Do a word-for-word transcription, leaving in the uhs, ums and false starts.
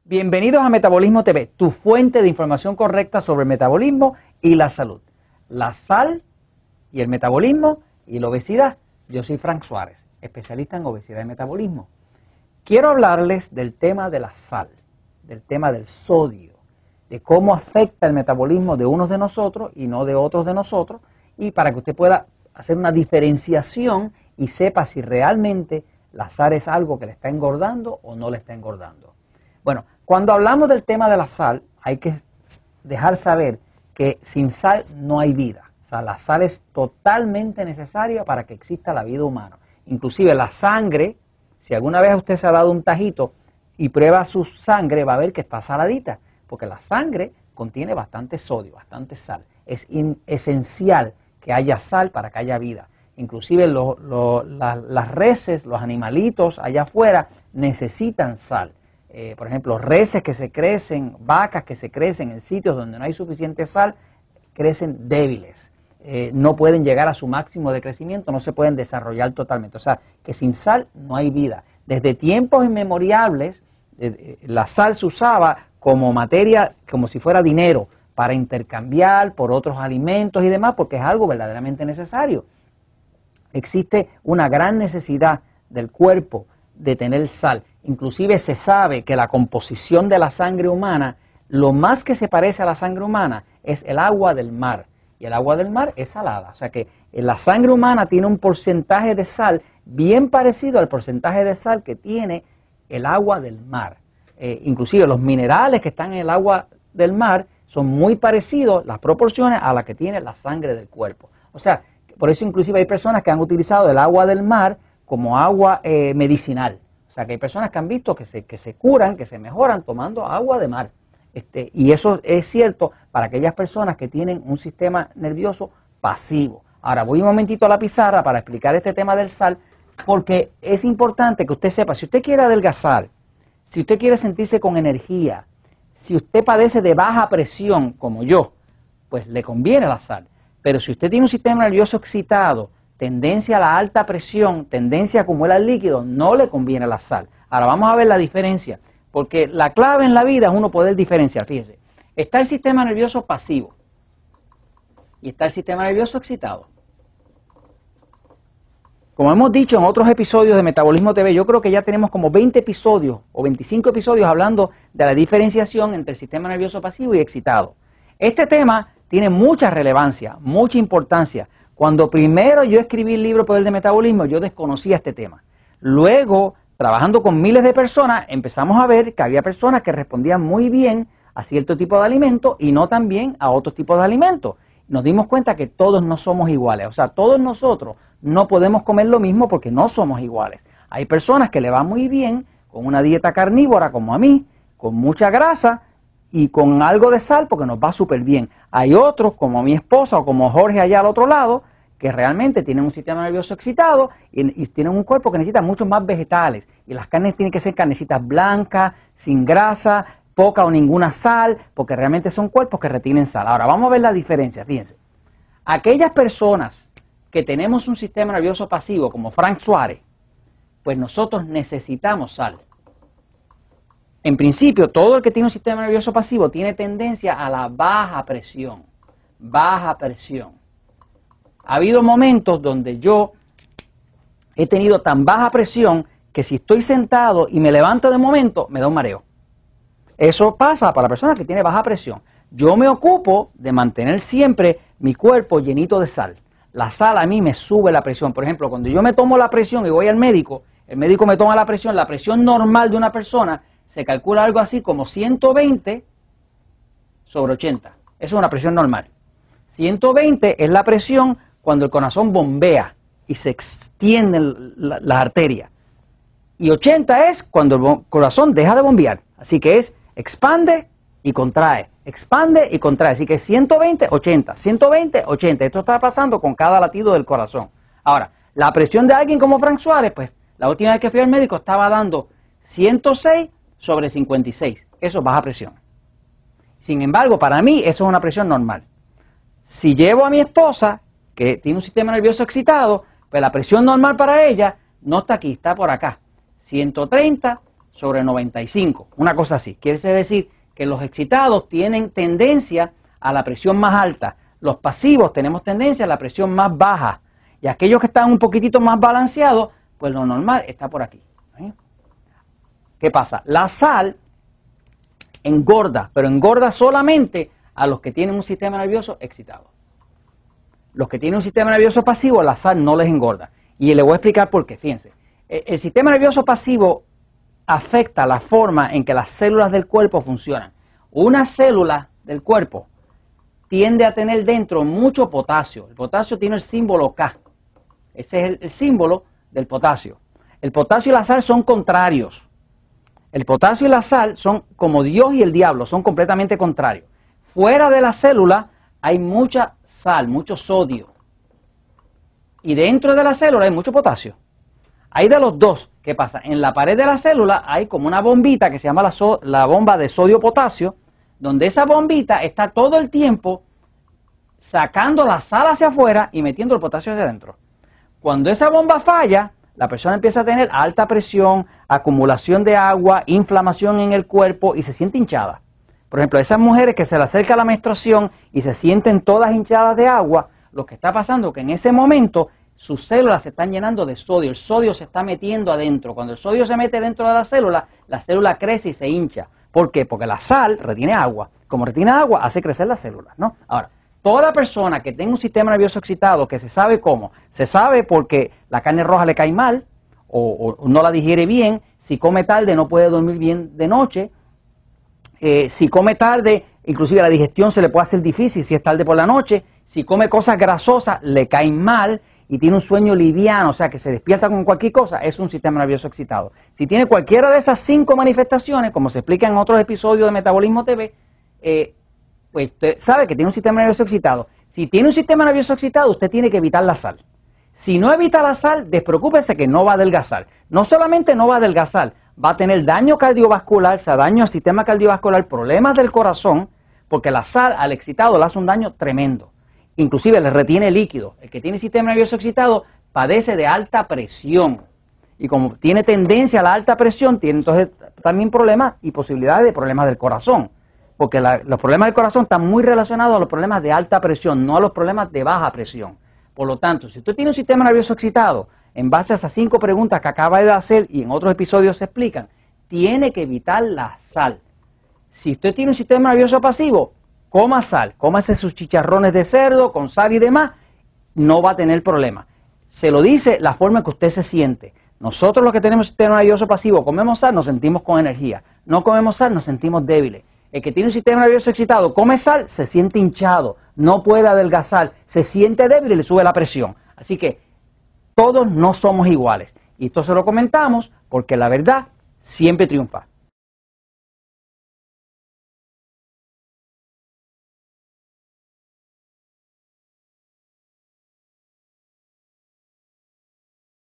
Bienvenidos a Metabolismo T V, tu fuente de información correcta sobre el metabolismo y la salud. La sal y el metabolismo y la obesidad. Yo soy Frank Suárez, especialista en obesidad y metabolismo. Quiero hablarles del tema de la sal, del tema del sodio, de cómo afecta el metabolismo de unos de nosotros y no de otros de nosotros, y para que usted pueda hacer una diferenciación y sepa si realmente la sal es algo que le está engordando o no le está engordando. Bueno, cuando hablamos del tema de la sal, hay que dejar saber que sin sal no hay vida. O sea, la sal es totalmente necesaria para que exista la vida humana. Inclusive la sangre, si alguna vez usted se ha dado un tajito y prueba su sangre, va a ver que está saladita, porque la sangre contiene bastante sodio, bastante sal. Es in, esencial que haya sal para que haya vida. Inclusive lo, lo, la, las reses, los animalitos allá afuera necesitan sal. Eh, por ejemplo, reses que se crecen, vacas que se crecen en sitios donde no hay suficiente sal, crecen débiles. Eh, no pueden llegar a su máximo de crecimiento, no se pueden desarrollar totalmente. O sea, que sin sal no hay vida. Desde tiempos inmemoriales, eh, la sal se usaba como materia, como si fuera dinero, para intercambiar por otros alimentos y demás, porque es algo verdaderamente necesario. Existe una gran necesidad del cuerpo de tener sal. Inclusive se sabe que la composición de la sangre humana, lo más que se parece a la sangre humana es el agua del mar. Y el agua del mar es salada. O sea que la sangre humana tiene un porcentaje de sal bien parecido al porcentaje de sal que tiene el agua del mar. Eh, inclusive los minerales que están en el agua del mar son muy parecidos, las proporciones, a las que tiene la sangre del cuerpo. O sea, por eso inclusive hay personas que han utilizado el agua del mar como agua eh, medicinal. O sea, que hay personas que han visto que se, que se curan, que se mejoran tomando agua de mar. Este, y eso es cierto para aquellas personas que tienen un sistema nervioso pasivo. Ahora voy un momentito a la pizarra para explicar este tema del sal, porque es importante que usted sepa, si usted quiere adelgazar, si usted quiere sentirse con energía, si usted padece de baja presión como yo, pues le conviene la sal. Pero si usted tiene un sistema nervioso excitado, tendencia a la alta presión, tendencia a acumular líquido, no le conviene la sal. Ahora vamos a ver la diferencia, porque la clave en la vida es uno poder diferenciar. Fíjese, está el sistema nervioso pasivo y está el sistema nervioso excitado. Como hemos dicho en otros episodios de Metabolismo T V, yo creo que ya tenemos como veinte episodios o veinticinco episodios hablando de la diferenciación entre el sistema nervioso pasivo y excitado. Este tema tiene mucha relevancia, mucha importancia. Cuando primero yo escribí el libro Poder de Metabolismo, yo desconocía este tema. Luego, trabajando con miles de personas, empezamos a ver que había personas que respondían muy bien a cierto tipo de alimentos y no tan bien a otros tipos de alimentos. Nos dimos cuenta que todos no somos iguales. O sea, todos nosotros no podemos comer lo mismo porque no somos iguales. Hay personas que le va muy bien con una dieta carnívora como a mí, con mucha grasa y con algo de sal porque nos va súper bien. Hay otros, como mi esposa o como Jorge allá al otro lado, que realmente tienen un sistema nervioso excitado y, y tienen un cuerpo que necesita muchos más vegetales. Y las carnes tienen que ser carnecitas blancas, sin grasa, poca o ninguna sal, porque realmente son cuerpos que retienen sal. Ahora, vamos a ver la diferencia, fíjense. Aquellas personas que tenemos un sistema nervioso pasivo, como Frank Suárez, pues nosotros necesitamos sal. En principio, todo el que tiene un sistema nervioso pasivo tiene tendencia a la baja presión. Baja presión. Ha habido momentos donde yo he tenido tan baja presión que si estoy sentado y me levanto de momento, me da un mareo. Eso pasa para la persona que tiene baja presión. Yo me ocupo de mantener siempre mi cuerpo llenito de sal. La sal a mí me sube la presión. Por ejemplo, cuando yo me tomo la presión y voy al médico, el médico me toma la presión, la presión normal de una persona se calcula algo así como ciento veinte sobre ochenta. Eso es una presión normal. ciento veinte es la presión cuando el corazón bombea y se extienden las la arterias. Y ochenta es cuando el corazón deja de bombear. Así que es expande y contrae, expande y contrae. Así que ciento veinte, ochenta, ciento veinte, ochenta. Esto está pasando con cada latido del corazón. Ahora, la presión de alguien como Frank Suárez, pues la última vez que fui al médico estaba dando ciento seis sobre cincuenta y seis. Eso es baja presión. Sin embargo, para mí eso es una presión normal. Si llevo a mi esposa, que tiene un sistema nervioso excitado, pues la presión normal para ella no está aquí, está por acá. ciento treinta sobre noventa y cinco, una cosa así. Quiere decir que los excitados tienen tendencia a la presión más alta, los pasivos tenemos tendencia a la presión más baja, y aquellos que están un poquitito más balanceados, pues lo normal está por aquí. ¿Eh? ¿Qué pasa? La sal engorda, pero engorda solamente a los que tienen un sistema nervioso excitado. Los que tienen un sistema nervioso pasivo, la sal no les engorda. Y le voy a explicar por qué. Fíjense, el sistema nervioso pasivo afecta la forma en que las células del cuerpo funcionan. Una célula del cuerpo tiende a tener dentro mucho potasio. El potasio tiene el símbolo K. Ese es el, el símbolo del potasio. El potasio y la sal son contrarios. El potasio y la sal son como Dios y el diablo, son completamente contrarios. Fuera de la célula hay mucha sal, mucho sodio. Y dentro de la célula hay mucho potasio. Hay de los dos. ¿Qué pasa? En la pared de la célula hay como una bombita que se llama la, so la bomba de sodio-potasio, donde esa bombita está todo el tiempo sacando la sal hacia afuera y metiendo el potasio hacia adentro. Cuando esa bomba falla, la persona empieza a tener alta presión, acumulación de agua, inflamación en el cuerpo y se siente hinchada. Por ejemplo, esas mujeres que se le acerca la menstruación y se sienten todas hinchadas de agua, lo que está pasando es que en ese momento sus células se están llenando de sodio, el sodio se está metiendo adentro. Cuando el sodio se mete dentro de la célula, la célula crece y se hincha. ¿Por qué? Porque la sal retiene agua. Como retiene agua, hace crecer las células, ¿no? Ahora, toda persona que tenga un sistema nervioso excitado, que se sabe cómo, se sabe porque la carne roja le cae mal o, o no la digiere bien, si come tarde no puede dormir bien de noche, eh, si come tarde, inclusive la digestión se le puede hacer difícil si es tarde por la noche, si come cosas grasosas le caen mal y tiene un sueño liviano, o sea que se despierta con cualquier cosa, es un sistema nervioso excitado. Si tiene cualquiera de esas cinco manifestaciones, como se explica en otros episodios de Metabolismo T V, eh, pues usted sabe que tiene un sistema nervioso excitado. Si tiene un sistema nervioso excitado, usted tiene que evitar la sal. Si no evita la sal, despreocúpese que no va a adelgazar. No solamente no va a adelgazar, va a tener daño cardiovascular, o sea, daño al sistema cardiovascular, problemas del corazón, porque la sal al excitado le hace un daño tremendo. Inclusive le retiene líquido. El que tiene sistema nervioso excitado padece de alta presión. Y como tiene tendencia a la alta presión, tiene entonces también problemas y posibilidades de problemas del corazón. Porque la, los problemas del corazón están muy relacionados a los problemas de alta presión, no a los problemas de baja presión. Por lo tanto, si usted tiene un sistema nervioso excitado, en base a esas cinco preguntas que acaba de hacer y en otros episodios se explican, tiene que evitar la sal. Si usted tiene un sistema nervioso pasivo, coma sal, cómase sus chicharrones de cerdo con sal y demás, no va a tener problema. Se lo dice la forma en que usted se siente. Nosotros los que tenemos sistema nervioso pasivo, comemos sal, nos sentimos con energía. No comemos sal, nos sentimos débiles. El que tiene un sistema nervioso excitado, come sal, se siente hinchado, no puede adelgazar, se siente débil y le sube la presión. Así que todos no somos iguales. Y esto se lo comentamos porque la verdad siempre triunfa.